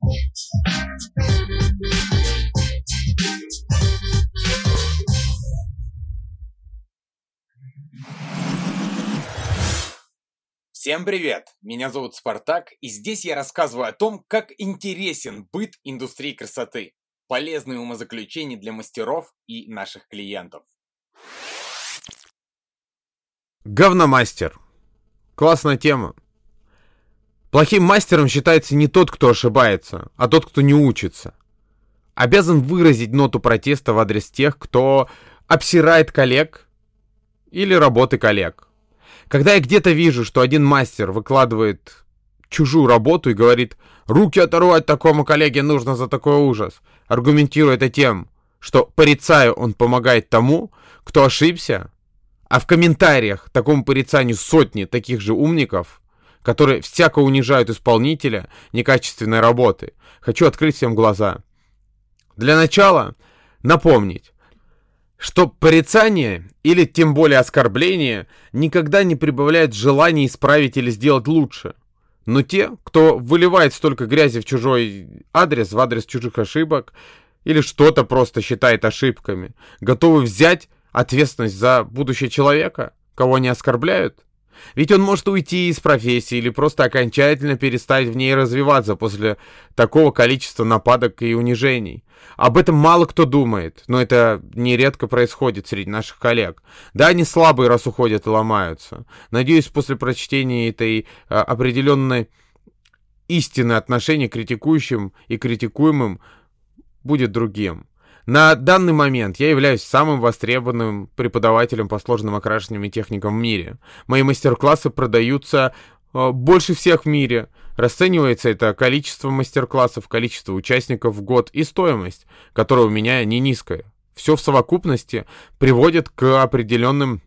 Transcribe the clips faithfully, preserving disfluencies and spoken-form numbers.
Всем привет! Меня зовут Спартак, и здесь я рассказываю о том, как интересен быт индустрии красоты, полезные умозаключения для мастеров и наших клиентов. Говномастер. Классная тема. Плохим мастером считается не тот, кто ошибается, а тот, кто не учится. Обязан выразить ноту протеста в адрес тех, кто обсирает коллег или работы коллег. Когда я где-то вижу, что один мастер выкладывает чужую работу и говорит: «Руки оторвать такому коллеге нужно за такой ужас», аргументируя это тем, что, порицая, он помогает тому, кто ошибся, а в комментариях такому порицанию сотни таких же умников, которые всяко унижают исполнителя некачественной работы, хочу открыть всем глаза. Для начала напомнить, что порицание или тем более оскорбление никогда не прибавляет желания исправить или сделать лучше. Но те, кто выливает столько грязи в чужой адрес, в адрес чужих ошибок, или что-то просто считает ошибками, готовы взять ответственность за будущее человека, кого они оскорбляют. Ведь он может уйти из профессии или просто окончательно перестать в ней развиваться после такого количества нападок и унижений. Об этом мало кто думает, но это нередко происходит среди наших коллег. Да, они слабые, раз уходят и ломаются. Надеюсь, после прочтения этой а, определенной истины отношения к критикующим и критикуемым будет другим. На данный момент я являюсь самым востребованным преподавателем по сложным окрашиваниям и техникам в мире. Мои мастер-классы продаются э, больше всех в мире. Расценивается это количество мастер-классов, количество участников в год и стоимость, которая у меня не низкая. Все в совокупности приводит к определенным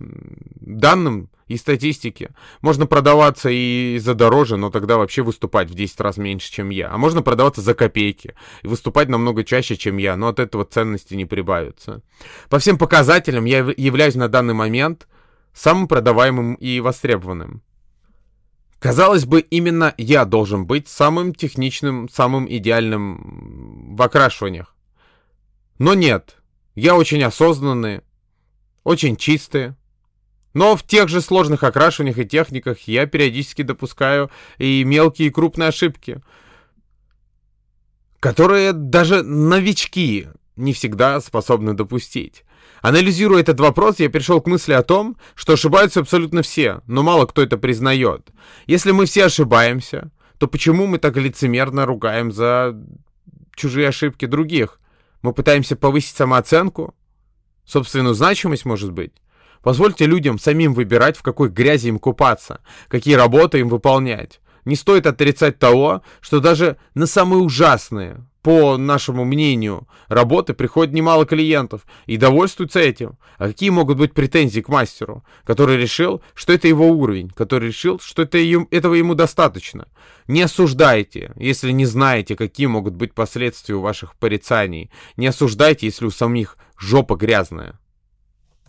данным и статистике. Можно продаваться и за дороже, но тогда вообще выступать в десять раз меньше, чем я. А можно продаваться за копейки и выступать намного чаще, чем я, но от этого ценности не прибавятся. По всем показателям я являюсь на данный момент самым продаваемым и востребованным. Казалось бы, именно я должен быть самым техничным, самым идеальным в окрашиваниях. Но нет, я очень осознанный, очень чистый. Но в тех же сложных окрашиваниях и техниках я периодически допускаю и мелкие, и крупные ошибки, которые даже новички не всегда способны допустить. Анализируя этот вопрос, я пришел к мысли о том, что ошибаются абсолютно все, но мало кто это признает. Если мы все ошибаемся, то почему мы так лицемерно ругаем за чужие ошибки других? Мы пытаемся повысить самооценку, собственную значимость, может быть? Позвольте людям самим выбирать, в какой грязи им купаться, какие работы им выполнять. Не стоит отрицать того, что даже на самые ужасные, по нашему мнению, работы приходит немало клиентов и довольствуются этим. А какие могут быть претензии к мастеру, который решил, что это его уровень, который решил, что это ему, этого ему достаточно? Не осуждайте, если не знаете, какие могут быть последствия у ваших порицаний. Не осуждайте, если у самих жопа грязная.